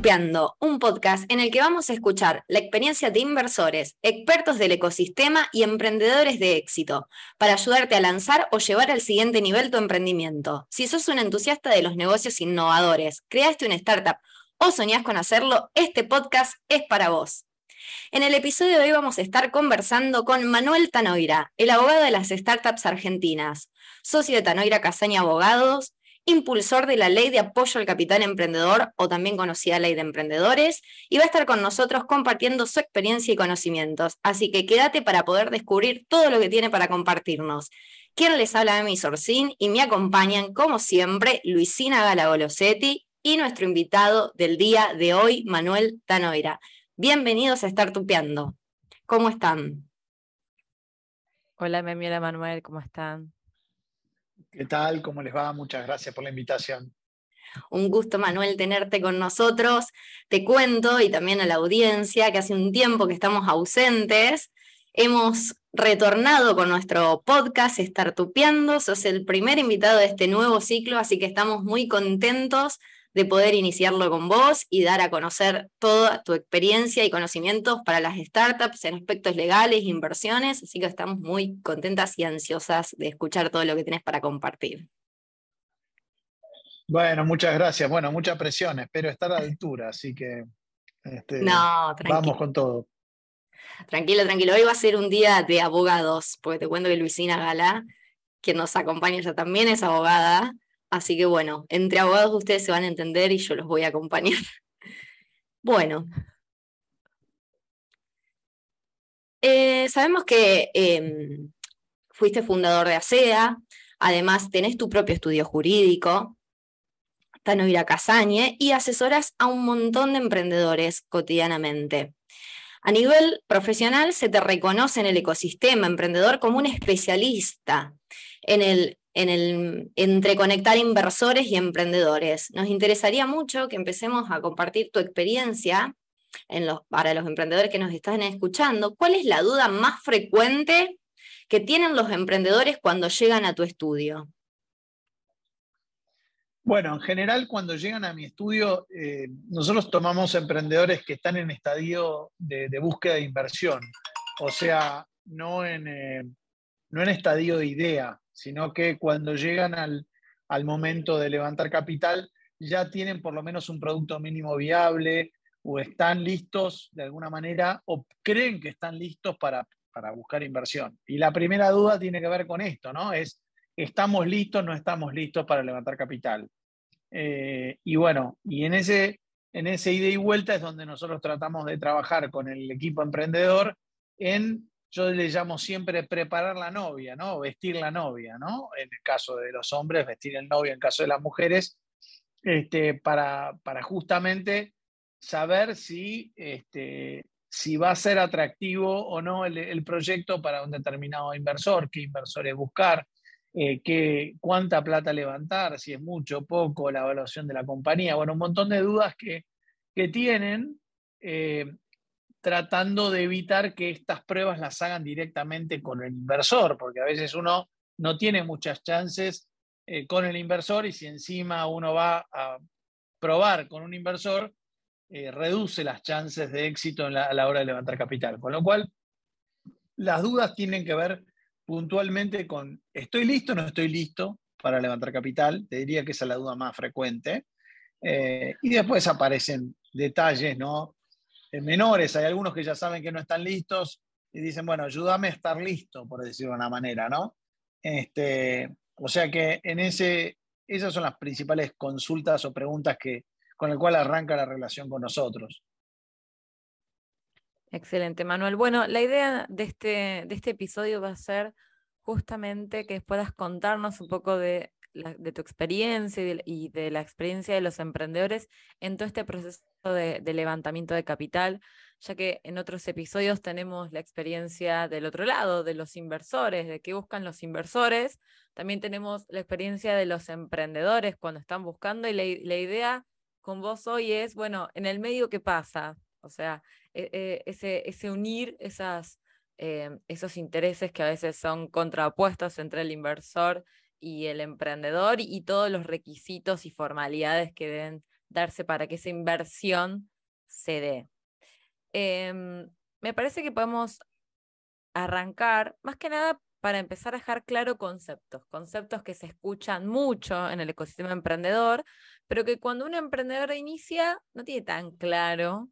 Tupeando, un podcast en el que vamos a escuchar la experiencia de inversores, expertos del ecosistema y emprendedores de éxito, para ayudarte a lanzar o llevar al siguiente nivel tu emprendimiento. Si sos un entusiasta de los negocios innovadores, creaste una startup o soñás con hacerlo, este podcast es para vos. En el episodio de hoy vamos a estar conversando con Manuel Tanoira, el abogado de las startups argentinas, socio de Tanoira Casaña Abogados, impulsor de la Ley de Apoyo al Capital Emprendedor, o también conocida Ley de Emprendedores, y va a estar con nosotros compartiendo su experiencia y conocimientos. Así que quédate para poder descubrir todo lo que tiene para compartirnos. Quien les habla, Emi Sorcín, y me acompañan, como siempre, Luisina Gala-Golosetti y nuestro invitado del día de hoy, Manuel Tanoira. Bienvenidos a Estar Tupeando. ¿Cómo están? Hola, Memi, hola, Manuel, ¿cómo están? ¿Qué tal? ¿Cómo les va? Muchas gracias por la invitación. Un gusto, Manuel, tenerte con nosotros. Te cuento, y también a la audiencia, que hace un tiempo que estamos ausentes. Hemos retornado con nuestro podcast Estar Tupeando. Sos el primer invitado de este nuevo ciclo, así que estamos muy contentos de poder iniciarlo con vos y dar a conocer toda tu experiencia y conocimientos para las startups en aspectos legales, inversiones, así que estamos muy contentas y ansiosas de escuchar todo lo que tenés para compartir. Bueno, muchas gracias. Bueno, mucha presión, espero estar a la altura, así que No, vamos con todo. Tranquilo, tranquilo. Hoy va a ser un día de abogados, porque te cuento que Luisina Gala, quien nos acompaña, ella también es abogada, así que bueno, entre abogados ustedes se van a entender y yo los voy a acompañar. Bueno. Sabemos que fuiste fundador de ASEA, además tenés tu propio estudio jurídico, Tanoira Casañe, y asesoras a un montón de emprendedores cotidianamente. A nivel profesional se te reconoce en el ecosistema emprendedor como un especialista en el entre conectar inversores y emprendedores. Nos interesaría mucho que empecemos a compartir tu experiencia para los emprendedores que nos están escuchando. ¿Cuál es la duda más frecuente que tienen los emprendedores cuando llegan a tu estudio? Bueno, en general cuando llegan a mi estudio, nosotros tomamos emprendedores que están en estadio de búsqueda de inversión, o sea, no en estadio de idea, sino que cuando llegan al momento de levantar capital, ya tienen por lo menos un producto mínimo viable o están listos de alguna manera o creen que están listos para buscar inversión. Y la primera duda tiene que ver con esto, ¿no? ¿Estamos listos o no estamos listos para levantar capital? Y bueno, y en ese ida y vuelta es donde nosotros tratamos de trabajar con el equipo emprendedor yo le llamo siempre preparar la novia, ¿no? Vestir la novia, ¿no? En el caso de los hombres, vestir el novio, en el caso de las mujeres, para justamente saber si va a ser atractivo o no el proyecto para un determinado inversor, qué inversores buscar, cuánta plata levantar, si es mucho o poco, la evaluación de la compañía, bueno, un montón de dudas que tienen, tratando de evitar que estas pruebas las hagan directamente con el inversor, porque a veces uno no tiene muchas chances con el inversor y si encima uno va a probar con un inversor, reduce las chances de éxito a la hora de levantar capital. Con lo cual, las dudas tienen que ver puntualmente con ¿estoy listo o no estoy listo para levantar capital? Te diría que esa es la duda más frecuente. Y después aparecen detalles, ¿no? Menores, hay algunos que ya saben que no están listos y dicen, bueno, ayúdame a estar listo, por decirlo de una manera, ¿no? O sea que esas son las principales consultas o preguntas con las cuales arranca la relación con nosotros. Excelente, Manuel. Bueno, la idea de este episodio va a ser justamente que puedas contarnos un poco de tu experiencia y de la experiencia de los emprendedores en todo este proceso de levantamiento de capital, ya que en otros episodios tenemos la experiencia del otro lado, de los inversores, de qué buscan los inversores. También tenemos la experiencia de los emprendedores cuando están buscando y la idea con vos hoy es, bueno, en el medio, ¿qué pasa? O sea, ese unir esos intereses que a veces son contrapuestos entre el inversor y el emprendedor y todos los requisitos y formalidades que deben darse para que esa inversión se dé. Me parece que podemos arrancar, más que nada para empezar a dejar claro conceptos que se escuchan mucho en el ecosistema emprendedor, pero que cuando un emprendedor inicia no tiene tan claro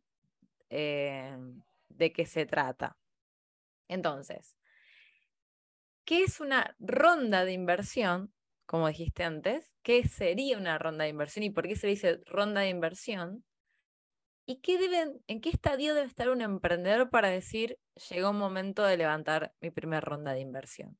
de qué se trata. Entonces, ¿qué es una ronda de inversión? Como dijiste antes, ¿qué sería una ronda de inversión y por qué se le dice ronda de inversión? ¿Y en qué estadio debe estar un emprendedor para decir, llegó un momento de levantar mi primera ronda de inversión?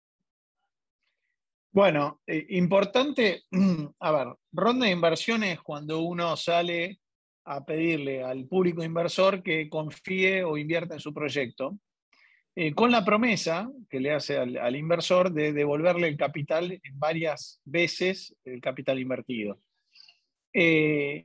Bueno, importante, a ver, ronda de inversión es cuando uno sale a pedirle al público inversor que confíe o invierta en su proyecto, con la promesa que le hace al inversor de devolverle el capital en varias veces el capital invertido. Eh,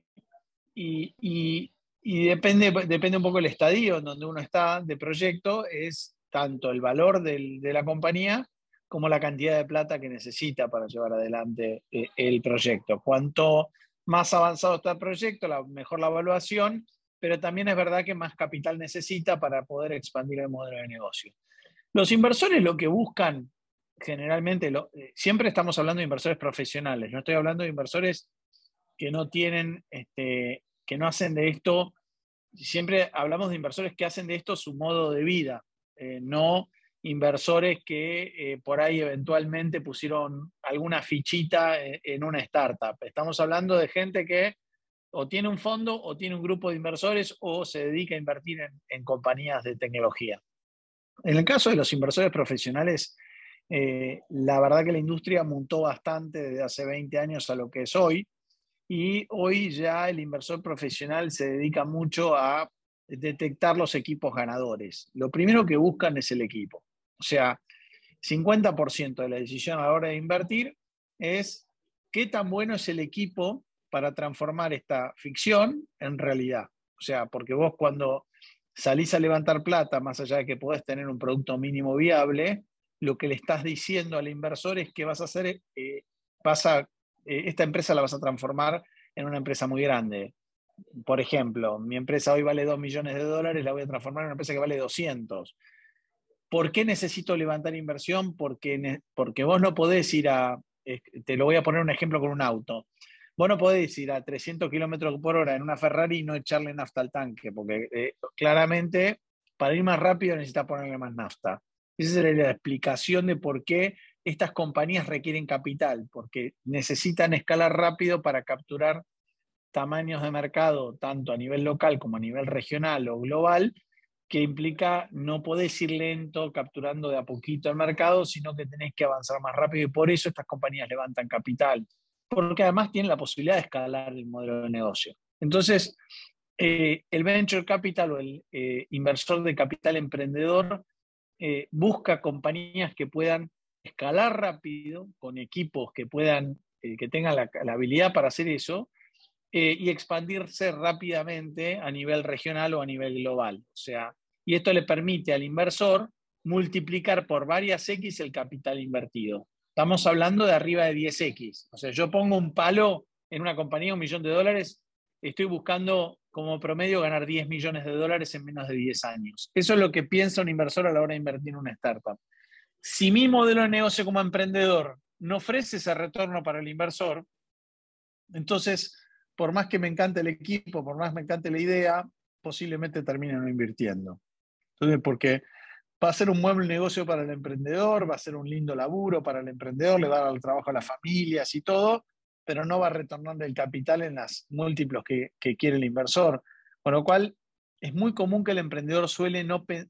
y depende un poco el estadio en donde uno está de proyecto, es tanto el valor de la compañía como la cantidad de plata que necesita para llevar adelante el proyecto. Cuanto más avanzado está el proyecto, mejor la evaluación, pero también es verdad que más capital necesita para poder expandir el modelo de negocio. Los inversores lo que buscan generalmente, siempre estamos hablando de inversores profesionales, no estoy hablando de inversores que no tienen, que no hacen de esto, siempre hablamos de inversores que hacen de esto su modo de vida, no inversores que por ahí eventualmente pusieron alguna fichita en una startup. Estamos hablando de gente que o tiene un fondo o tiene un grupo de inversores o se dedica a invertir en compañías de tecnología. En el caso de los inversores profesionales, la verdad que la industria mutó bastante desde hace 20 años a lo que es hoy. Y hoy ya el inversor profesional se dedica mucho a detectar los equipos ganadores. Lo primero que buscan es el equipo. O sea, 50% de la decisión a la hora de invertir es qué tan bueno es el equipo para transformar esta ficción en realidad. O sea, porque vos cuando salís a levantar plata, más allá de que podés tener un producto mínimo viable, lo que le estás diciendo al inversor es que vas a hacer, esta empresa la vas a transformar en una empresa muy grande. Por ejemplo, mi empresa hoy vale 2 millones de dólares, la voy a transformar en una empresa que vale 200. ¿Por qué necesito levantar inversión? Porque vos no podés ir te lo voy a poner un ejemplo con un auto. Vos no podés ir a 300 kilómetros por hora en una Ferrari y no echarle nafta al tanque, porque claramente para ir más rápido necesitas ponerle más nafta. Esa es la explicación de por qué estas compañías requieren capital, porque necesitan escalar rápido para capturar tamaños de mercado, tanto a nivel local como a nivel regional o global, que implica no podés ir lento capturando de a poquito el mercado, sino que tenés que avanzar más rápido y por eso estas compañías levantan capital, porque además tienen la posibilidad de escalar el modelo de negocio. Entonces, el venture capital o el inversor de capital emprendedor busca compañías que puedan escalar rápido, con equipos que que tengan la habilidad para hacer eso, y expandirse rápidamente a nivel regional o a nivel global. O sea, y esto le permite al inversor multiplicar por varias X el capital invertido. Estamos hablando de arriba de 10X. O sea, yo pongo un palo en una compañía, $1 millón, estoy buscando como promedio ganar 10 millones de dólares en menos de 10 años. Eso es lo que piensa un inversor a la hora de invertir en una startup. Si mi modelo de negocio como emprendedor no ofrece ese retorno para el inversor, entonces, por más que me encante el equipo, por más que me encante la idea, posiblemente termine no invirtiendo. Entonces, porque va a ser un buen negocio para el emprendedor, va a ser un lindo laburo para el emprendedor, le va a dar el trabajo a las familias y todo, pero no va a retornar el capital en las múltiplos que quiere el inversor. Con lo cual, es muy común que el emprendedor suele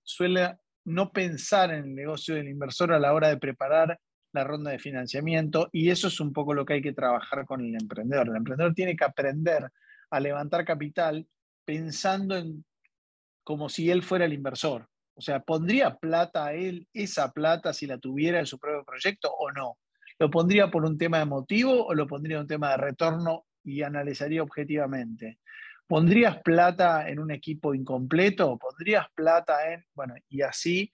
no pensar en el negocio del inversor a la hora de preparar la ronda de financiamiento, y eso es un poco lo que hay que trabajar con el emprendedor. El emprendedor tiene que aprender a levantar capital pensando en como si él fuera el inversor. O sea, ¿pondría plata a él, esa plata, si la tuviera en su propio proyecto o no? ¿Lo pondría por un tema emotivo o lo pondría un tema de retorno y analizaría objetivamente? ¿Pondrías plata en un equipo incompleto? ¿Pondrías plata en...? Bueno, y así,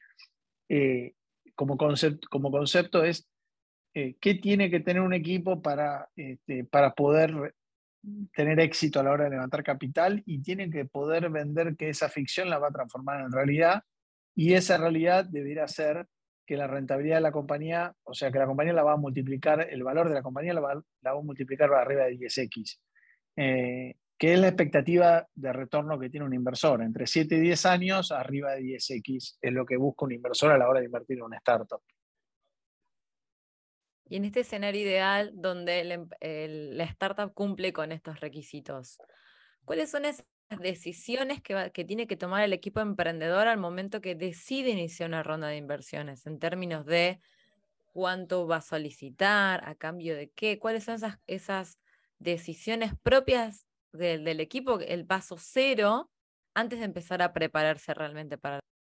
como concepto es, ¿qué tiene que tener un equipo para poder tener éxito a la hora de levantar capital y tiene que poder vender que esa ficción la va a transformar en realidad, y esa realidad debería ser que la rentabilidad de la compañía, o sea, que la compañía la va a multiplicar, el valor de la compañía la va a multiplicar para arriba de 10x, que es la expectativa de retorno que tiene un inversor. Entre 7 y 10 años, arriba de 10x es lo que busca un inversor a la hora de invertir en una startup. Y en este escenario ideal donde la startup cumple con estos requisitos, ¿cuáles son esas decisiones que tiene que tomar el equipo emprendedor al momento que decide iniciar una ronda de inversiones en términos de cuánto va a solicitar, a cambio de qué? ¿Cuáles son esas decisiones propias del equipo, el paso cero, antes de empezar a prepararse realmente para...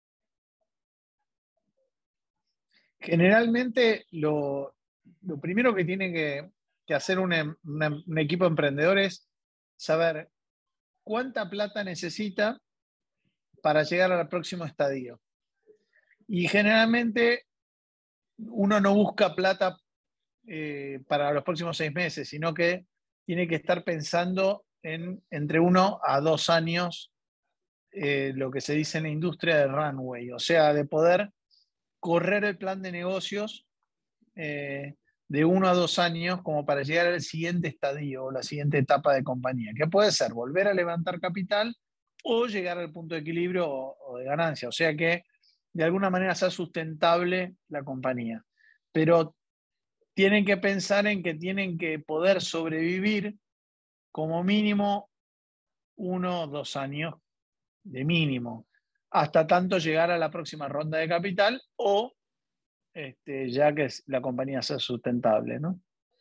Generalmente lo primero que tiene que hacer un equipo emprendedor es saber cuánta plata necesita para llegar al próximo estadio. Y generalmente uno no busca plata para los próximos 6 meses, sino que tiene que estar pensando en entre 1 a 2 años, lo que se dice en la industria de runway, o sea, de poder correr el plan de negocios de 1 a 2 años como para llegar al siguiente estadio o la siguiente etapa de compañía, que puede ser volver a levantar capital o llegar al punto de equilibrio o de ganancia, o sea que de alguna manera sea sustentable la compañía. Pero tienen que pensar en que tienen que poder sobrevivir como mínimo 1 o 2 años de mínimo, hasta tanto llegar a la próxima ronda de capital o ya que la compañía sea sustentable, ¿no?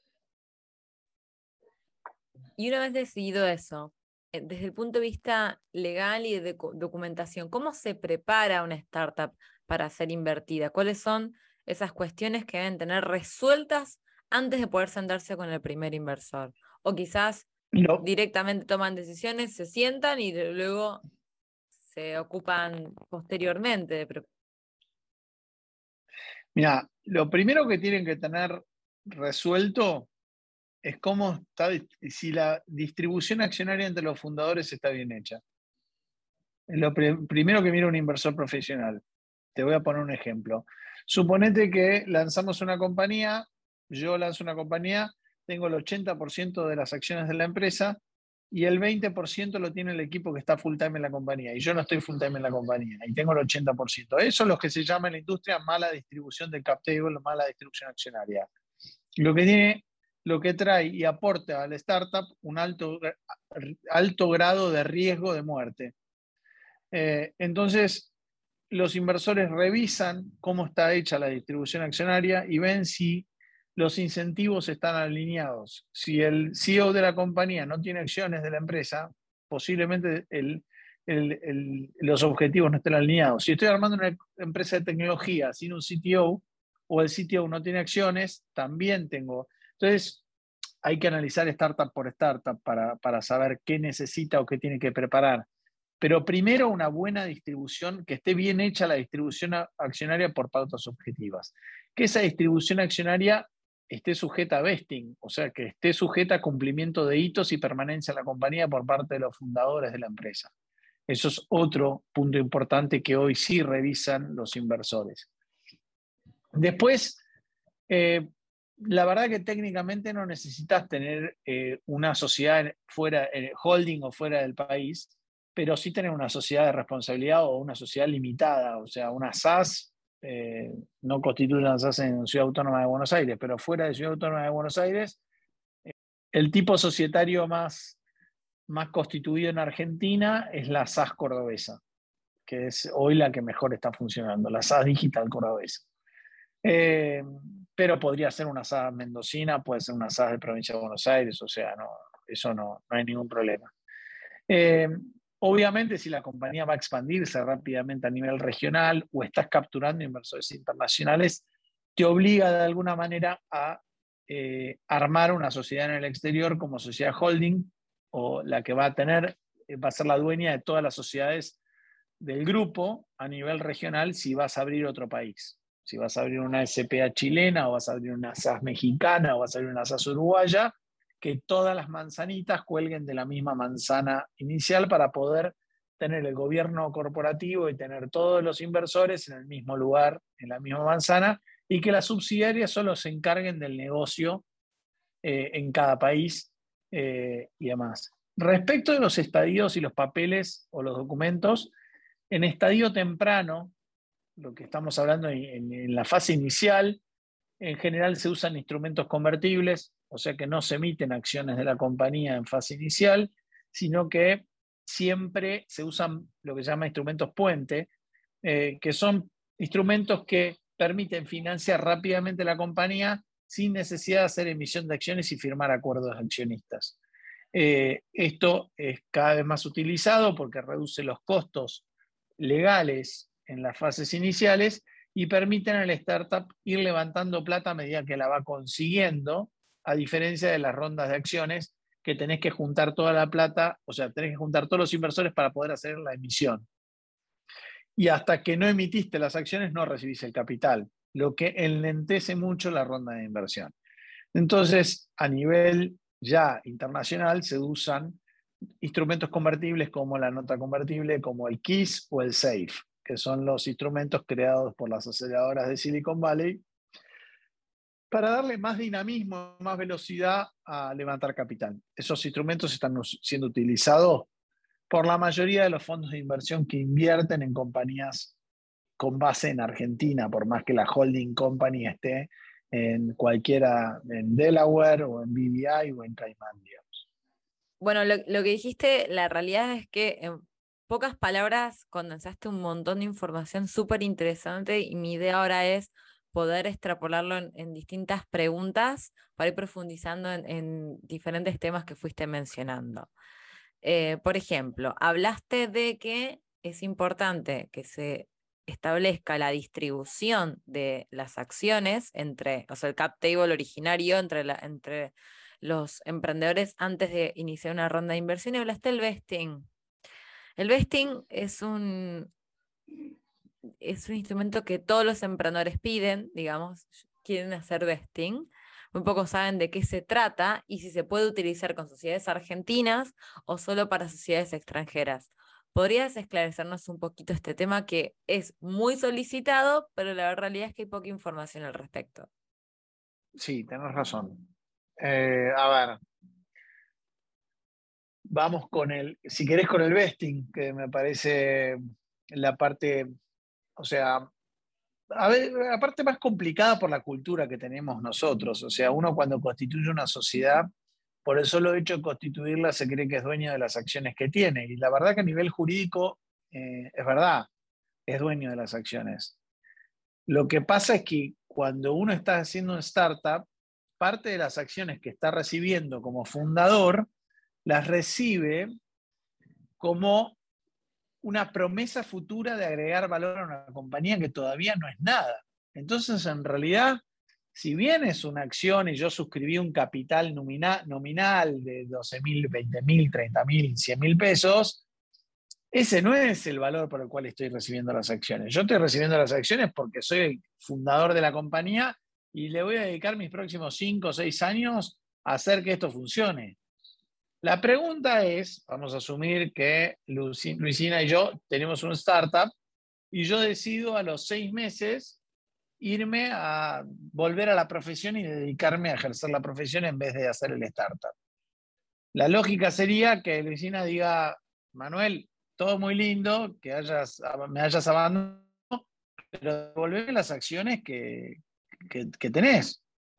Y una vez decidido eso, desde el punto de vista legal y de documentación, ¿cómo se prepara una startup para ser invertida? ¿Cuáles son esas cuestiones que deben tener resueltas antes de poder sentarse con el primer inversor? O quizás directamente toman decisiones, se sientan y luego se ocupan posteriormente. Mira, lo primero que tienen que tener resuelto es cómo está, si la distribución accionaria entre los fundadores está bien hecha. Es lo primero que mira un inversor profesional. Te voy a poner un ejemplo. Suponete que lanzamos una compañía, yo lanzo una compañía, tengo el 80% de las acciones de la empresa y el 20% lo tiene el equipo que está full time en la compañía y yo no estoy full time en la compañía y tengo el 80%. Eso es lo que se llama en la industria mala distribución del cap table, mala distribución accionaria. Lo que trae y aporta a la startup un alto grado de riesgo de muerte. Entonces, los inversores revisan cómo está hecha la distribución accionaria y ven si los incentivos están alineados. Si el CEO de la compañía no tiene acciones de la empresa, posiblemente los objetivos no estén alineados. Si estoy armando una empresa de tecnología sin un CTO o el CTO no tiene acciones, también tengo. Entonces, hay que analizar startup por startup para saber qué necesita o qué tiene que preparar. Pero primero una buena distribución, que esté bien hecha la distribución accionaria por pautas objetivas. Que esa distribución accionaria esté sujeta a vesting, o sea, que esté sujeta a cumplimiento de hitos y permanencia en la compañía por parte de los fundadores de la empresa. Eso es otro punto importante que hoy sí revisan los inversores. Después, la verdad que técnicamente no necesitas tener una sociedad fuera, holding o fuera del país, pero sí tener una sociedad de responsabilidad o una sociedad limitada, o sea, una SAS, no constituye una SAS en Ciudad Autónoma de Buenos Aires, pero fuera de Ciudad Autónoma de Buenos Aires, el tipo societario más constituido en Argentina es la SAS cordobesa, que es hoy la que mejor está funcionando, la SAS digital cordobesa. Pero podría ser una SAS mendocina, puede ser una SAS de provincia de Buenos Aires, o sea, eso no hay ningún problema. Obviamente, si la compañía va a expandirse rápidamente a nivel regional o estás capturando inversores internacionales, te obliga de alguna manera a armar una sociedad en el exterior como sociedad holding, o la que va a ser la dueña de todas las sociedades del grupo a nivel regional si vas a abrir otro país. Si vas a abrir una SPA chilena o vas a abrir una SAS mexicana o vas a abrir una SAS uruguaya, que todas las manzanitas cuelguen de la misma manzana inicial para poder tener el gobierno corporativo y tener todos los inversores en el mismo lugar, en la misma manzana, y que las subsidiarias solo se encarguen del negocio en cada país y demás. Respecto de los estadios y los papeles o los documentos, en estadio temprano, lo que estamos hablando en la fase inicial, en general se usan instrumentos convertibles, o sea que no se emiten acciones de la compañía en fase inicial, sino que siempre se usan lo que se llama instrumentos puente, que son instrumentos que permiten financiar rápidamente la compañía sin necesidad de hacer emisión de acciones y firmar acuerdos de accionistas. Esto es cada vez más utilizado porque reduce los costos legales en las fases iniciales y permiten al startup ir levantando plata a medida que la va consiguiendo, a diferencia de las rondas de acciones que tenés que juntar toda la plata, o sea, tenés que juntar todos los inversores para poder hacer la emisión. Y hasta que no emitiste las acciones no recibís el capital, lo que enlentece mucho la ronda de inversión. Entonces, a nivel ya internacional se usan instrumentos convertibles como la nota convertible, como el KISS o el SAFE, que son los instrumentos creados por las aceleradoras de Silicon Valley para darle más dinamismo, más velocidad a levantar capital. Esos instrumentos están siendo utilizados por la mayoría de los fondos de inversión que invierten en compañías con base en Argentina, por más que la holding company esté en cualquiera, en Delaware o en BVI o en Caimán, digamos. Bueno, lo que dijiste, la realidad es que en pocas palabras condensaste un montón de información súper interesante y mi idea ahora es poder extrapolarlo en distintas preguntas para ir profundizando en diferentes temas que fuiste mencionando. Por ejemplo, hablaste de que es importante que se establezca la distribución de las acciones entre, o sea, el cap table originario entre los emprendedores antes de iniciar una ronda de inversión, y hablaste del vesting. El vesting es un instrumento que todos los emprendedores piden, digamos, quieren hacer vesting. Muy pocos saben de qué se trata y si se puede utilizar con sociedades argentinas o solo para sociedades extranjeras. ¿Podrías esclarecernos un poquito este tema que es muy solicitado, pero la realidad es que hay poca información al respecto? Sí, tenés razón. A ver, vamos si querés con el vesting, que me parece la parte, o sea, a ver, la parte más complicada por la cultura que tenemos nosotros. O sea, uno cuando constituye una sociedad, por el solo hecho de constituirla se cree que es dueño de las acciones que tiene. Y la verdad que a nivel jurídico, es verdad, es dueño de las acciones. Lo que pasa es que cuando uno está haciendo un startup, parte de las acciones que está recibiendo como fundador, las recibe como una promesa futura de agregar valor a una compañía que todavía no es nada. Entonces, en realidad, si bien es una acción y yo suscribí un capital nominal de 12.000, 20.000, 30.000, 100.000 pesos, ese no es el valor por el cual estoy recibiendo las acciones. Yo estoy recibiendo las acciones porque soy el fundador de la compañía y le voy a dedicar mis próximos 5 o 6 años a hacer que esto funcione. La pregunta es, vamos a asumir que Luisina y yo tenemos un startup y yo decido a los 6 meses irme a volver a la profesión y dedicarme a ejercer la profesión en vez de hacer el startup. La lógica sería que Luisina diga, Manuel, todo muy lindo, que me hayas abandonado, pero devolveme las acciones que tenés.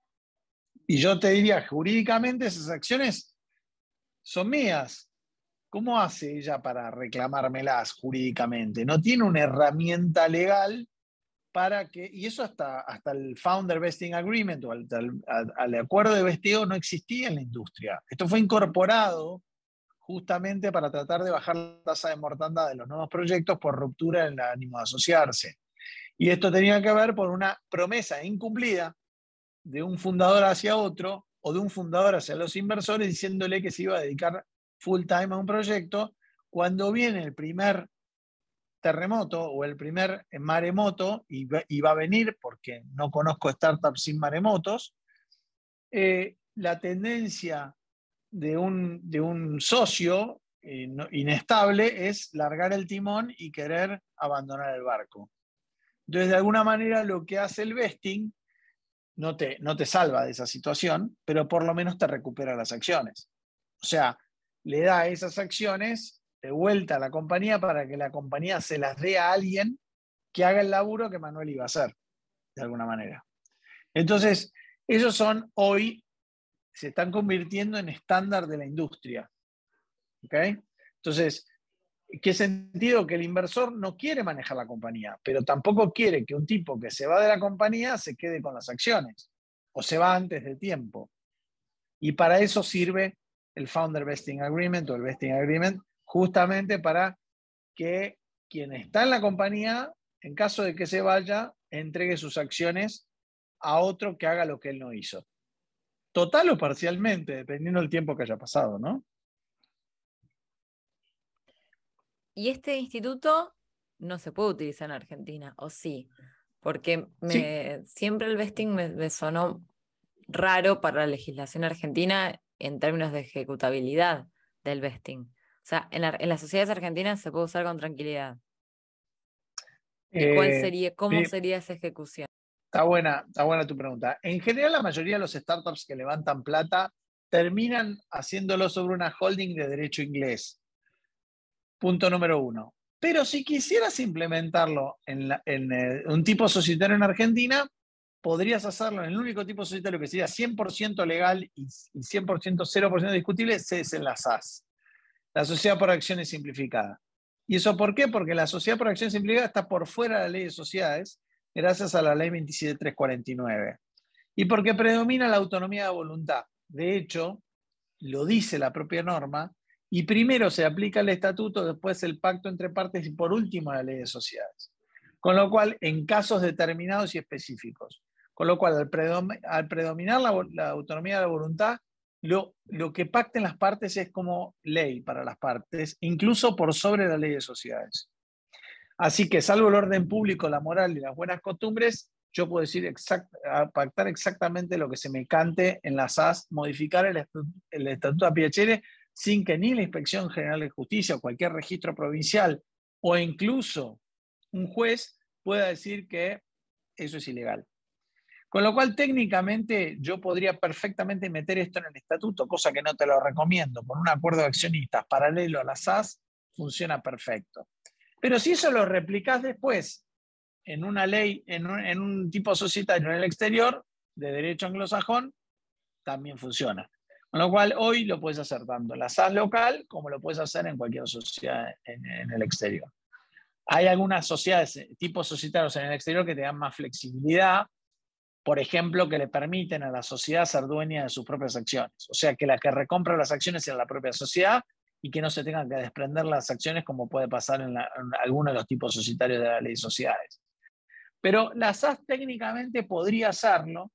Y yo te diría, jurídicamente esas acciones son mías. ¿Cómo hace ella para reclamármelas jurídicamente? No tiene una herramienta legal para que, y eso hasta el Founder Vesting Agreement o al acuerdo de vesteo no existía en la industria. Esto fue incorporado justamente para tratar de bajar la tasa de mortandad de los nuevos proyectos por ruptura en el ánimo de asociarse. Y esto tenía que ver por una promesa incumplida de un fundador hacia otro o de un fundador hacia los inversores diciéndole que se iba a dedicar full time a un proyecto. Cuando viene el primer terremoto o el primer maremoto, y va a venir porque no conozco startups sin maremotos, la tendencia de un socio inestable es largar el timón y querer abandonar el barco. Entonces, de alguna manera, lo que hace el vesting no te salva de esa situación, pero por lo menos te recupera las acciones. O sea, le da esas acciones de vuelta a la compañía para que la compañía se las dé a alguien que haga el laburo que Manuel iba a hacer, de alguna manera. Entonces, esos son hoy, se están convirtiendo en estándar de la industria. ¿Ok? Entonces, ¿qué sentido? Que el inversor no quiere manejar la compañía, pero tampoco quiere que un tipo que se va de la compañía se quede con las acciones o se va antes de tiempo. Y para eso sirve el Founder Vesting Agreement o el Vesting Agreement, justamente para que quien está en la compañía, en caso de que se vaya, entregue sus acciones a otro que haga lo que él no hizo. Total o parcialmente, dependiendo del tiempo que haya pasado, ¿no? Y este instituto no se puede utilizar en Argentina, ¿o sí? Porque Sí. siempre el vesting me sonó raro para la legislación argentina en términos de ejecutabilidad del vesting. O sea, en las sociedades argentinas se puede usar con tranquilidad. ¿Y cómo sería esa ejecución? Está buena tu pregunta. En general, la mayoría de los startups que levantan plata terminan haciéndolo sobre una holding de derecho inglés. Punto número 1. Pero si quisieras implementarlo en un tipo societario en Argentina, podrías hacerlo en el único tipo societario que sería 100% legal y 100% 0% discutible, es en la SAS, la Sociedad por Acciones Simplificada. ¿Y eso por qué? Porque la Sociedad por Acciones Simplificada está por fuera de la ley de sociedades, gracias a la ley 27349. Y porque predomina la autonomía de voluntad. De hecho, lo dice la propia norma, y primero se aplica el estatuto, después el pacto entre partes y por último la ley de sociedades. Con lo cual, en casos determinados y específicos. Con lo cual, al predominar la autonomía de la voluntad, lo que pacten las partes es como ley para las partes, incluso por sobre la ley de sociedades. Así que, salvo el orden público, la moral y las buenas costumbres, yo puedo decir pactar exactamente lo que se me cante en la SAS, modificar el estatuto de Piacere sin que ni la Inspección General de Justicia o cualquier registro provincial o incluso un juez pueda decir que eso es ilegal. Con lo cual, técnicamente, yo podría perfectamente meter esto en el estatuto, cosa que no te lo recomiendo. Con un acuerdo de accionistas paralelo a la SAS, funciona perfecto. Pero si eso lo replicás después en una ley, en un tipo societario en el exterior, de derecho anglosajón, también funciona. Con lo cual, hoy lo puedes hacer tanto en la SAS local como lo puedes hacer en cualquier sociedad en el exterior. Hay algunas sociedades, tipos societarios en el exterior que te dan más flexibilidad, por ejemplo, que le permiten a la sociedad ser dueña de sus propias acciones. O sea, que la que recompra las acciones sea la propia sociedad y que no se tengan que desprender las acciones como puede pasar en algunos de los tipos societarios de la ley de sociedades. Pero la SAS técnicamente podría hacerlo,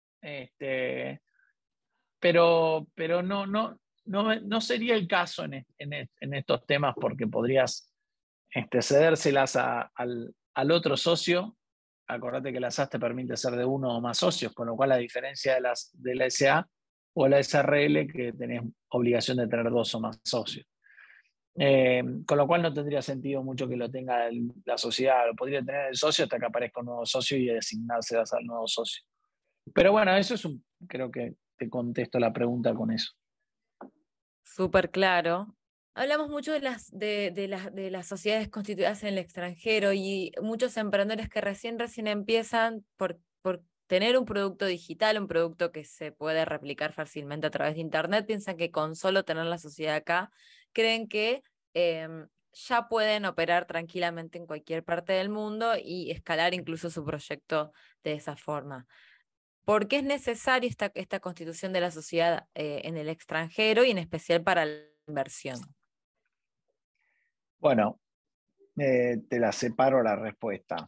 pero no sería el caso en estos temas porque podrías cedérselas al otro socio. Acordate que la SAS te permite ser de uno o más socios, con lo cual, a diferencia de la SA o la SRL, que tenés obligación de tener dos o más socios. Con lo cual no tendría sentido mucho que lo tenga la sociedad, lo podría tener el socio hasta que aparezca un nuevo socio y designárselas al nuevo socio. Pero bueno, eso creo que te contesto la pregunta con eso. Súper claro. Hablamos mucho de las sociedades constituidas en el extranjero y muchos emprendedores que recién empiezan por tener un producto digital, un producto que se puede replicar fácilmente a través de Internet, piensan que con solo tener la sociedad acá, creen que ya pueden operar tranquilamente en cualquier parte del mundo y escalar incluso su proyecto de esa forma. ¿Por qué es necesaria esta constitución de la sociedad en el extranjero y en especial para la inversión? Bueno, te la separo la respuesta.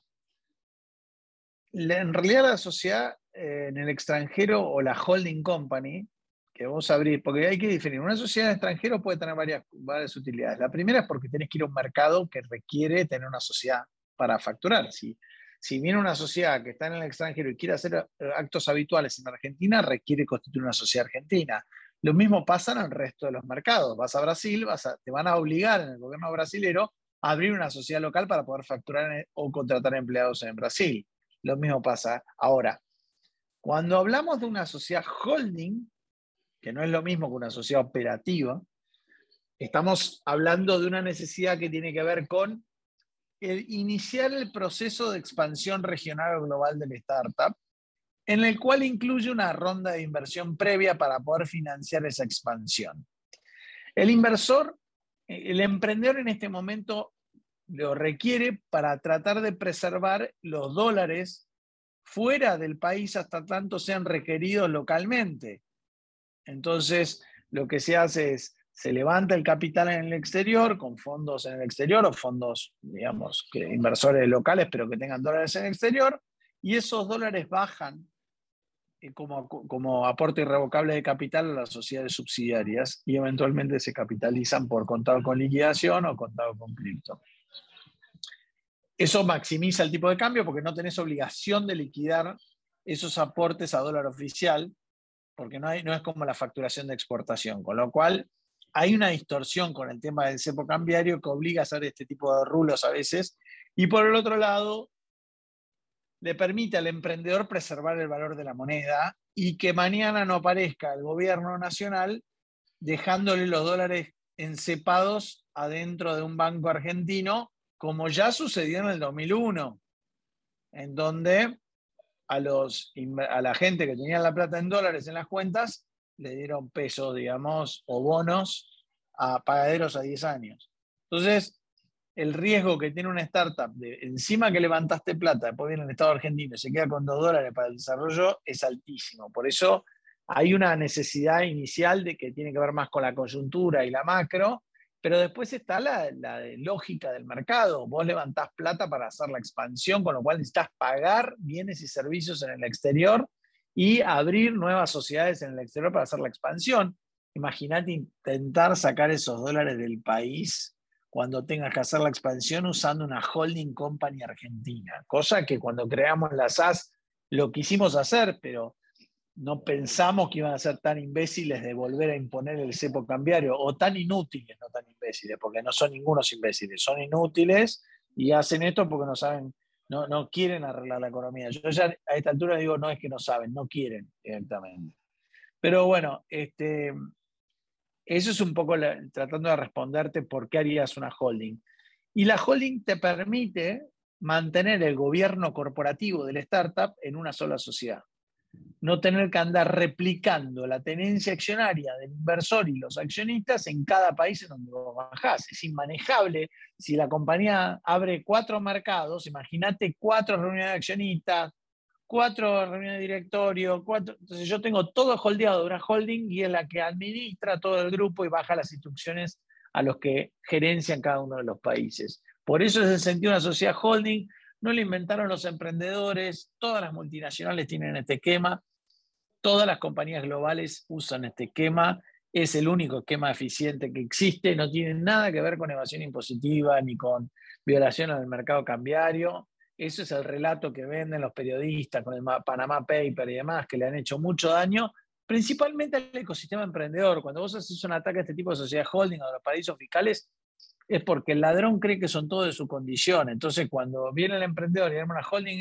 En realidad la sociedad en el extranjero o la holding company que vos abrís, porque hay que definir, una sociedad en extranjero puede tener varias utilidades. La primera es porque tenés que ir a un mercado que requiere tener una sociedad para facturar. Si viene una sociedad que está en el extranjero y quiere hacer actos habituales en Argentina, requiere constituir una sociedad argentina. Lo mismo pasa en el resto de los mercados. Vas a Brasil, te van a obligar en el gobierno brasilero a abrir una sociedad local para poder facturar o contratar empleados en Brasil. Lo mismo pasa ahora. Cuando hablamos de una sociedad holding, que no es lo mismo que una sociedad operativa, estamos hablando de una necesidad que tiene que ver con iniciar el proceso de expansión regional o global del startup, en el cual incluye una ronda de inversión previa para poder financiar esa expansión. El inversor, el emprendedor en este momento lo requiere para tratar de preservar los dólares fuera del país hasta tanto sean requeridos localmente. Entonces, lo que se hace es, se levanta el capital en el exterior, con fondos en el exterior o fondos, digamos, inversores locales, pero que tengan dólares en el exterior, y esos dólares bajan como aporte irrevocable de capital a las sociedades subsidiarias y eventualmente se capitalizan por contado con liquidación o contado con cripto. Eso maximiza el tipo de cambio porque no tenés obligación de liquidar esos aportes a dólar oficial, porque no es como la facturación de exportación, con lo cual hay una distorsión con el tema del cepo cambiario que obliga a hacer este tipo de rulos a veces, y por el otro lado, le permite al emprendedor preservar el valor de la moneda y que mañana no aparezca el gobierno nacional dejándole los dólares encepados adentro de un banco argentino, como ya sucedió en el 2001, en donde a la gente que tenía la plata en dólares en las cuentas le dieron pesos, digamos, o bonos a pagaderos a 10 años. Entonces, el riesgo que tiene una startup de encima que levantaste plata, después viene el Estado argentino y se queda con $2 para el desarrollo, es altísimo. Por eso hay una necesidad inicial de que tiene que ver más con la coyuntura y la macro, pero después está la lógica del mercado. Vos levantás plata para hacer la expansión, con lo cual necesitas pagar bienes y servicios en el exterior y abrir nuevas sociedades en el exterior para hacer la expansión. Imagínate intentar sacar esos dólares del país cuando tengas que hacer la expansión usando una holding company argentina, cosa que cuando creamos la SAS lo quisimos hacer, pero no pensamos que iban a ser tan imbéciles de volver a imponer el cepo cambiario, o tan inútiles, no tan imbéciles, porque no son ningunos imbéciles, son inútiles y hacen esto porque no saben, no quieren arreglar la economía. Yo ya a esta altura digo, no es que no saben, no quieren directamente. Pero bueno, eso es un poco tratando de responderte por qué harías una holding. Y la holding te permite mantener el gobierno corporativo del startup en una sola sociedad. No tener que andar replicando la tenencia accionaria del inversor y los accionistas en cada país en donde vos bajás. Es inmanejable. Si la compañía abre 4 mercados, imagínate 4 reuniones de accionistas, 4 reuniones de directorio, 4. Entonces yo tengo todo holdeado de una holding y es la que administra todo el grupo y baja las instrucciones a los que gerencian cada uno de los países. Por eso es el sentido de una sociedad holding. No lo inventaron los emprendedores, todas las multinacionales tienen este esquema, todas las compañías globales usan este esquema, es el único esquema eficiente que existe, no tiene nada que ver con evasión impositiva ni con violación al mercado cambiario. Eso es el relato que venden los periodistas con el Panama Paper y demás, que le han hecho mucho daño, principalmente al ecosistema emprendedor. Cuando vos haces un ataque a este tipo de sociedad holding o de los paraísos fiscales, es porque el ladrón cree que son todos de su condición. Entonces, cuando viene el emprendedor y arma una holding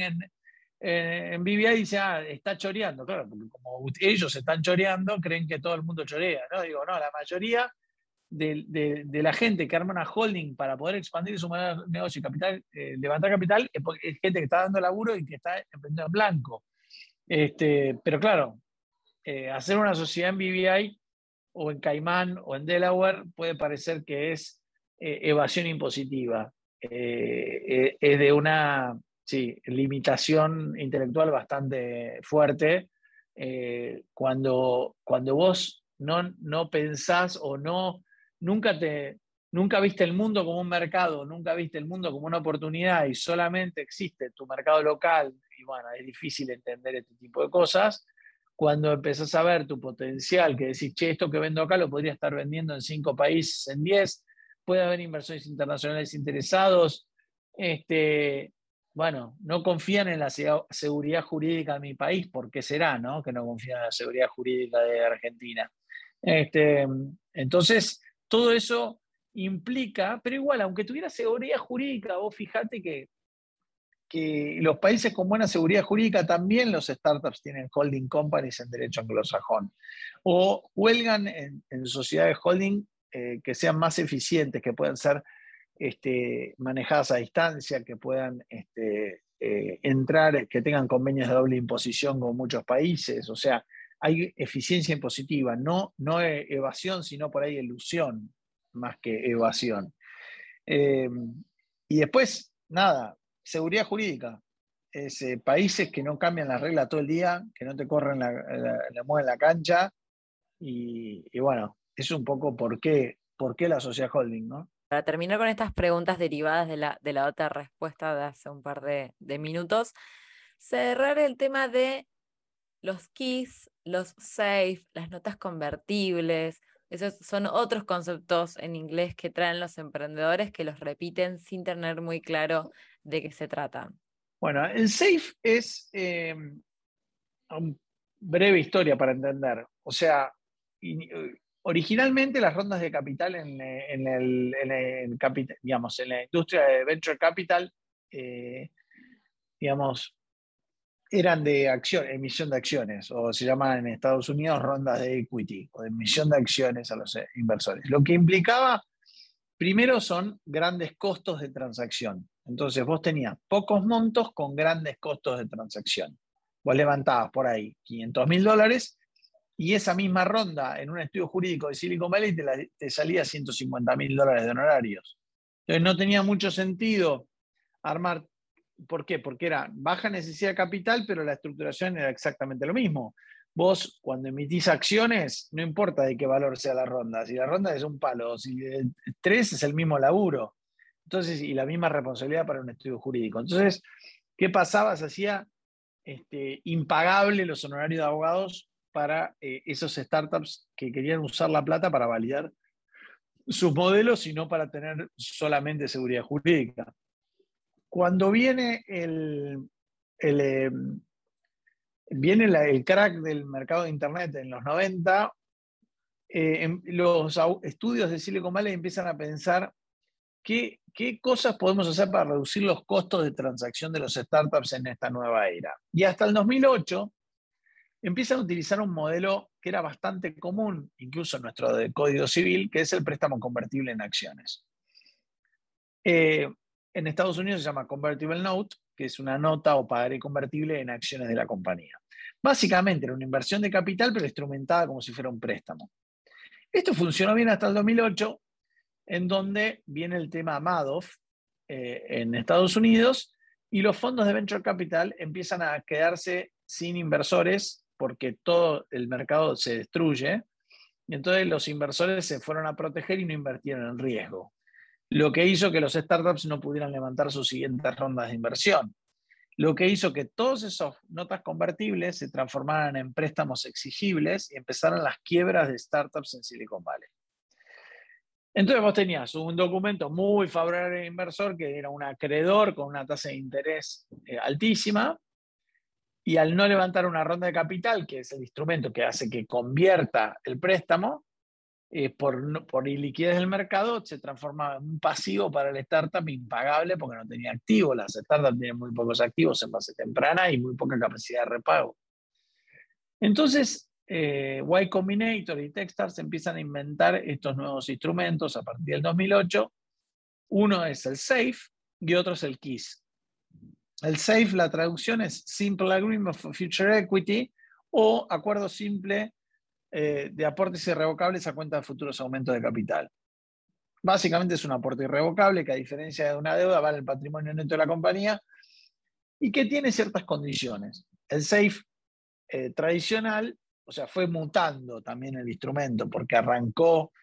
en BVI, dice, está choreando. Claro, porque como ellos están choreando, creen que todo el mundo chorea, ¿no? Digo, no, la mayoría de la gente que arma una holding para poder expandir su negocio y capital, levantar capital, es gente que está dando laburo y que está emprendiendo en blanco. Pero claro, hacer una sociedad en BVI o en Caimán o en Delaware puede parecer que es evasión impositiva. Es de una limitación intelectual bastante fuerte. Cuando vos no pensás o nunca viste el mundo como un mercado, nunca viste el mundo como una oportunidad y solamente existe tu mercado local, y bueno, es difícil entender este tipo de cosas. Cuando empezás a ver tu potencial, que decís, che, esto que vendo acá lo podría estar vendiendo en 5 países, en 10, puede haber inversores internacionales interesados, bueno, no confían en la seguridad jurídica de mi país, ¿por qué será, no? Que no confían en la seguridad jurídica de Argentina. Este, entonces, todo eso implica, pero igual, aunque tuviera seguridad jurídica, vos fijate que los países con buena seguridad jurídica también los startups tienen holding companies en derecho anglosajón. O huelgan en sociedades holding que sean más eficientes, que puedan ser manejadas a distancia, que puedan entrar, que tengan convenios de doble imposición con muchos países. O sea, hay eficiencia impositiva, no evasión, sino por ahí elusión, más que evasión. Y después, nada, seguridad jurídica. Países que no cambian las reglas todo el día, que no te corren la mueven la cancha. Y bueno, es un poco por qué la sociedad holding, ¿no? Para terminar con estas preguntas derivadas de la otra respuesta de hace un par de minutos, cerrar el tema de los keys, los safe, las notas convertibles. Esos son otros conceptos en inglés que traen los emprendedores que los repiten sin tener muy claro de qué se trata. Bueno, el safe es una breve historia para entender. O sea, originalmente las rondas de capital digamos, en la industria de venture capital, digamos, eran de emisión de acciones, o se llaman en Estados Unidos rondas de equity, o de emisión de acciones a los inversores. Lo que implicaba, primero, son grandes costos de transacción. Entonces vos tenías pocos montos con grandes costos de transacción. Vos levantabas por ahí $500.000 y esa misma ronda en un estudio jurídico de Silicon Valley te salía $150.000 de honorarios. Entonces no tenía mucho sentido armar. ¿Por qué? Porque era baja necesidad de capital, pero la estructuración era exactamente lo mismo. Vos, cuando emitís acciones, no importa de qué valor sea la ronda. Si la ronda es un palo, si 3 es el mismo laburo. Entonces, y la misma responsabilidad para un estudio jurídico. Entonces, ¿qué pasaba? Se hacía impagable los honorarios de abogados para esos startups que querían usar la plata para validar sus modelos y no para tener solamente seguridad jurídica. Cuando viene viene el crack del mercado de Internet en los 90, los estudios de Silicon Valley empiezan a pensar qué cosas podemos hacer para reducir los costos de transacción de los startups en esta nueva era. Y hasta el 2008 empiezan a utilizar un modelo que era bastante común, incluso en nuestro Código Civil, que es el préstamo convertible en acciones. En Estados Unidos se llama Convertible Note, que es una nota o pagaré convertible en acciones de la compañía. Básicamente era una inversión de capital, pero instrumentada como si fuera un préstamo. Esto funcionó bien hasta el 2008, en donde viene el tema Madoff en Estados Unidos, y los fondos de venture capital empiezan a quedarse sin inversores porque todo el mercado se destruye, y entonces los inversores se fueron a proteger y no invirtieron en riesgo. Lo que hizo que los startups no pudieran levantar sus siguientes rondas de inversión. Lo que hizo que todas esas notas convertibles se transformaran en préstamos exigibles y empezaran las quiebras de startups en Silicon Valley. Entonces vos tenías un documento muy favorable al inversor, que era un acreedor con una tasa de interés altísima, y al no levantar una ronda de capital, que es el instrumento que hace que convierta el préstamo, por iliquidez del mercado, se transforma en un pasivo para el startup impagable porque no tenía activos. Las startups tienen muy pocos activos en fase temprana y muy poca capacidad de repago. Entonces, Y Combinator y Techstars empiezan a inventar estos nuevos instrumentos a partir del 2008. Uno es el SAFE y otro es el KISS. El SAFE, la traducción es Simple Agreement for Future Equity, o acuerdo simple de aportes irrevocables a cuenta de futuros aumentos de capital. Básicamente es un aporte irrevocable que, a diferencia de una deuda, va en el patrimonio neto de la compañía y que tiene ciertas condiciones. El SAFE tradicional, o sea, fue mutando también el instrumento porque arrancó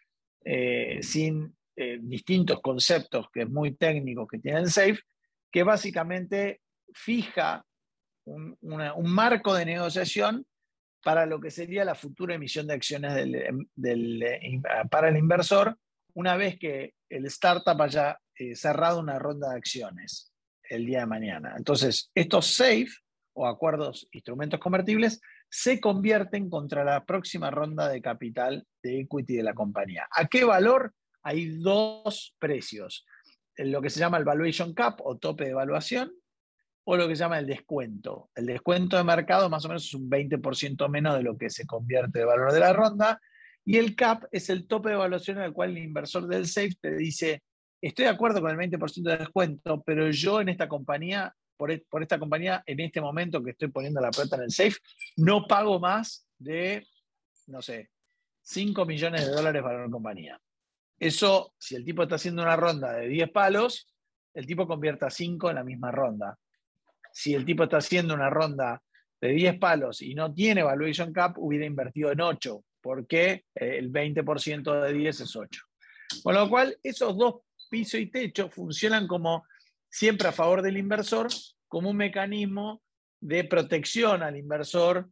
sin distintos conceptos que es muy técnicos que tiene el SAFE, que básicamente fija un marco de negociación para lo que sería la futura emisión de acciones para el inversor, una vez que el startup haya cerrado una ronda de acciones el día de mañana. Entonces, estos SAFE o acuerdos, instrumentos convertibles, se convierten contra la próxima ronda de capital de equity de la compañía. ¿A qué valor? Hay dos precios. Lo que se llama el valuation cap o tope de evaluación, o lo que se llama el descuento. El descuento de mercado más o menos es un 20% menos de lo que se convierte el valor de la ronda, y el cap es el tope de evaluación al cual el inversor del SAFE te dice: estoy de acuerdo con el 20% de descuento, pero yo en esta compañía, por esta compañía, en este momento que estoy poniendo la plata en el SAFE, no pago más de, no sé, $5 millones para la compañía. Eso, si el tipo está haciendo una ronda de 10 palos, el tipo convierte a 5 en la misma ronda. Si el tipo está haciendo una ronda de 10 palos y no tiene valuation cap, hubiera invertido en 8, porque el 20% de 10 es 8. Con lo cual, esos dos, piso y techo, funcionan como siempre a favor del inversor, como un mecanismo de protección al inversor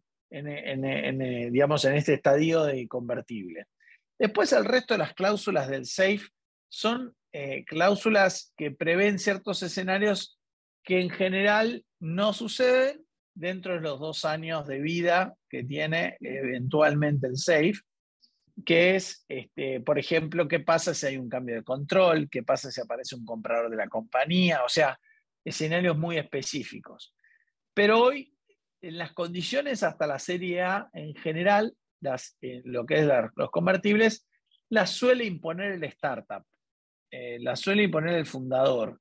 digamos, en este estadio de convertible. Después, el resto de las cláusulas del SAFE son cláusulas que prevén ciertos escenarios que en general no suceden dentro de los 2 años de vida que tiene eventualmente el SAFE, que es, por ejemplo, qué pasa si hay un cambio de control, qué pasa si aparece un comprador de la compañía, o sea, escenarios muy específicos. Pero hoy, en las condiciones hasta la Serie A en general, lo que es los convertibles, las suele imponer el startup, las suele imponer el fundador.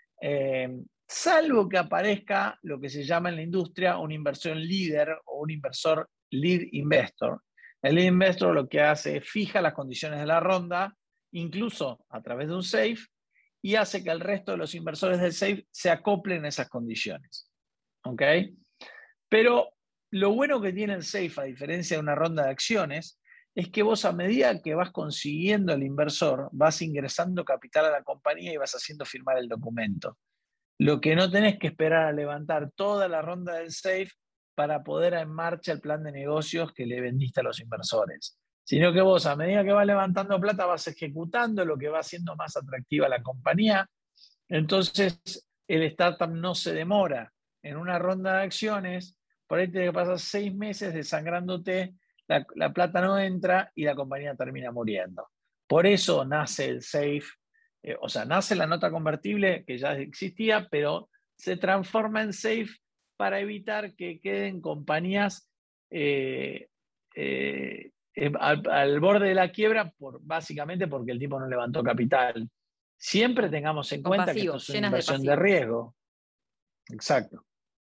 Salvo que aparezca lo que se llama en la industria una inversión líder o un inversor lead investor. El lead investor lo que hace es fija las condiciones de la ronda, incluso a través de un SAFE, y hace que el resto de los inversores del SAFE se acoplen a esas condiciones. ¿Ok? Pero lo bueno que tiene el SAFE, a diferencia de una ronda de acciones, es que vos, a medida que vas consiguiendo el inversor, vas ingresando capital a la compañía y vas haciendo firmar el documento. Lo que no tenés que esperar a levantar toda la ronda del SAFE para poder en marcha el plan de negocios que le vendiste a los inversores, sino que vos, a medida que vas levantando plata, vas ejecutando lo que va haciendo más atractiva la compañía. Entonces, el startup no se demora. En una ronda de acciones, por ahí te pasas 6 meses desangrándote, la plata no entra y la compañía termina muriendo. Por eso nace el SAFE. O sea, nace la nota convertible que ya existía, pero se transforma en SAFE para evitar que queden compañías al borde de la quiebra, básicamente porque el tipo no levantó capital. Siempre tengamos en cuenta que esto es una inversión de riesgo. Exacto.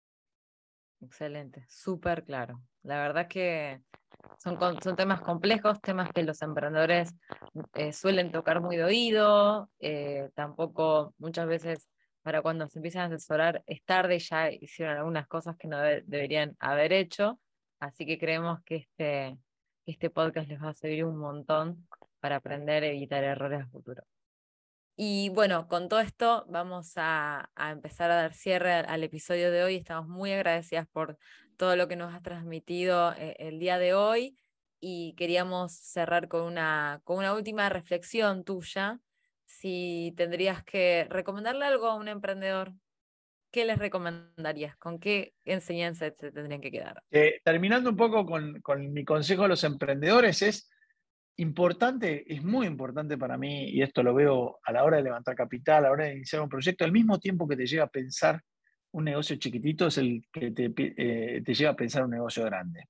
Excelente, súper claro. La verdad que son temas complejos, temas que los emprendedores suelen tocar muy de oído, tampoco muchas veces para cuando se empiezan a asesorar es tarde, ya hicieron algunas cosas que no deberían haber hecho, así que creemos que este podcast les va a servir un montón para aprender a evitar errores a futuro. Y bueno, con todo esto vamos a empezar a dar cierre al episodio de hoy. Estamos muy agradecidas por todo lo que nos has transmitido el día de hoy y queríamos cerrar con una última reflexión tuya. Si tendrías que recomendarle algo a un emprendedor, ¿qué les recomendarías? ¿Con qué enseñanza se tendrían que quedar? Terminando un poco con mi consejo a los emprendedores, es muy importante para mí, y esto lo veo a la hora de levantar capital, a la hora de iniciar un proyecto, al mismo tiempo que te lleva a pensar un negocio chiquitito es el que te lleva a pensar un negocio grande.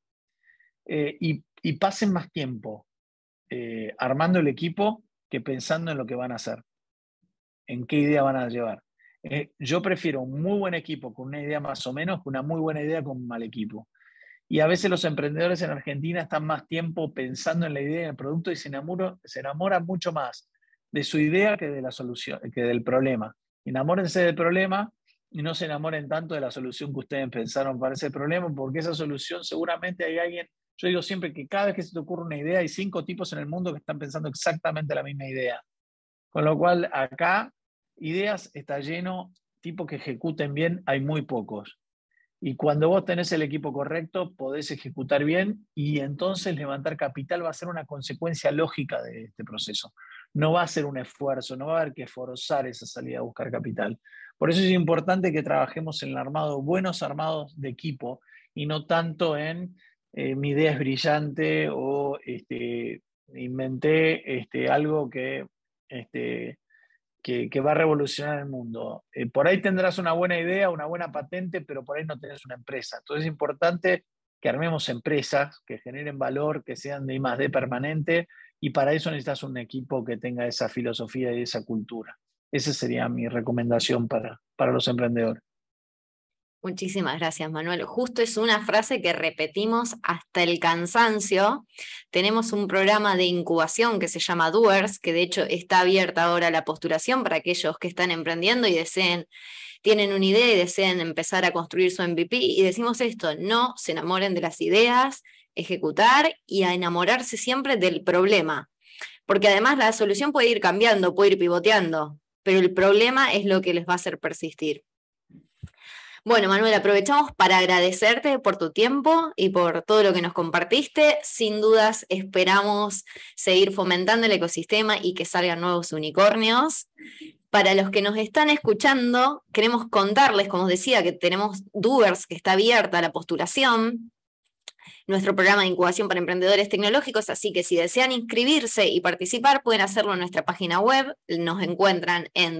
Y pasen más tiempo armando el equipo que pensando en lo que van a hacer, en qué idea van a llevar. Yo prefiero un muy buen equipo con una idea más o menos que una muy buena idea con un mal equipo. Y a veces los emprendedores en Argentina están más tiempo pensando en la idea, en el producto, y se enamoran mucho más de su idea que de la solución, que del problema. Enamórense del problema y no se enamoren tanto de la solución que ustedes pensaron para ese problema, porque esa solución seguramente hay alguien. Yo digo siempre que cada vez que se te ocurre una idea hay 5 tipos en el mundo que están pensando exactamente la misma idea. Con lo cual acá ideas está lleno, tipos que ejecuten bien hay muy pocos. Y cuando vos tenés el equipo correcto, podés ejecutar bien, y entonces levantar capital va a ser una consecuencia lógica de este proceso. No va a ser un esfuerzo, no va a haber que forzar esa salida a buscar capital. Por eso es importante que trabajemos en el armado, buenos armados de equipo, y no tanto en mi idea es brillante o inventé algo que va a revolucionar el mundo. Por ahí tendrás una buena idea, una buena patente, pero por ahí no tenés una empresa. Entonces es importante que armemos empresas que generen valor, que sean de I+D permanente, y para eso necesitas un equipo que tenga esa filosofía y esa cultura. Esa sería mi recomendación para los emprendedores. Muchísimas gracias, Manuel. Justo es una frase que repetimos hasta el cansancio. Tenemos un programa de incubación que se llama Doers, que de hecho está abierta ahora la postulación para aquellos que están emprendiendo y tienen una idea y deseen empezar a construir su MVP. Y decimos esto: no se enamoren de las ideas, ejecutar y a enamorarse siempre del problema. Porque además la solución puede ir cambiando, puede ir pivoteando, pero el problema es lo que les va a hacer persistir. Bueno, Manuel, aprovechamos para agradecerte por tu tiempo y por todo lo que nos compartiste. Sin dudas, esperamos seguir fomentando el ecosistema y que salgan nuevos unicornios. Para los que nos están escuchando, queremos contarles, como os decía, que tenemos Doers, que está abierta a la postulación, nuestro programa de incubación para emprendedores tecnológicos, así que si desean inscribirse y participar, pueden hacerlo en nuestra página web. Nos encuentran en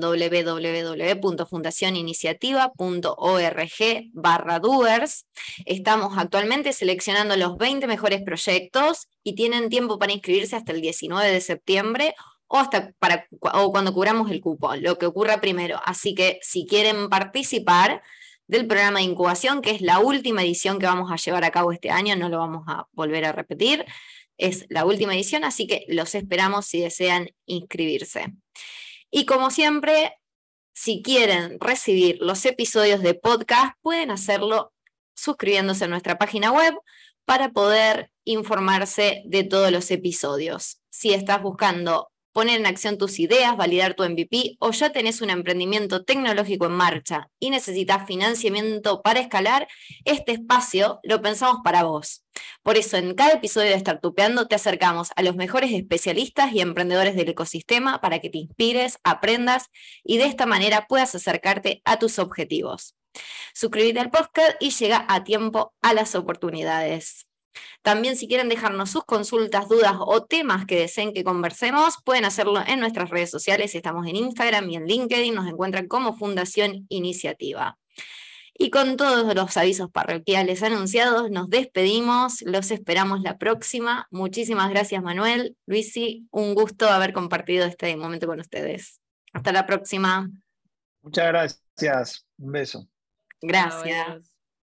www.fundacioniniciativa.org/doers. Estamos actualmente seleccionando los 20 mejores proyectos y tienen tiempo para inscribirse hasta el 19 de septiembre o cuando cubramos el cupo, lo que ocurra primero. Así que si quieren participar del programa de incubación, que es la última edición que vamos a llevar a cabo este año, no lo vamos a volver a repetir, es la última edición, así que los esperamos si desean inscribirse. Y como siempre, si quieren recibir los episodios de podcast, pueden hacerlo suscribiéndose a nuestra página web para poder informarse de todos los episodios. Si estás buscando poner en acción tus ideas, validar tu MVP, o ya tenés un emprendimiento tecnológico en marcha y necesitas financiamiento para escalar, este espacio lo pensamos para vos. Por eso, en cada episodio de Startupeando te acercamos a los mejores especialistas y emprendedores del ecosistema para que te inspires, aprendas y de esta manera puedas acercarte a tus objetivos. Suscríbete al podcast y llega a tiempo a las oportunidades. También, si quieren dejarnos sus consultas, dudas o temas que deseen que conversemos, pueden hacerlo en nuestras redes sociales. Estamos en Instagram y en LinkedIn, nos encuentran como Fundación Iniciativa. Y con todos los avisos parroquiales anunciados, nos despedimos, los esperamos la próxima. Muchísimas gracias, Manuel. Luisi, un gusto haber compartido este momento con ustedes. Hasta la próxima. Muchas gracias. Un beso. Gracias.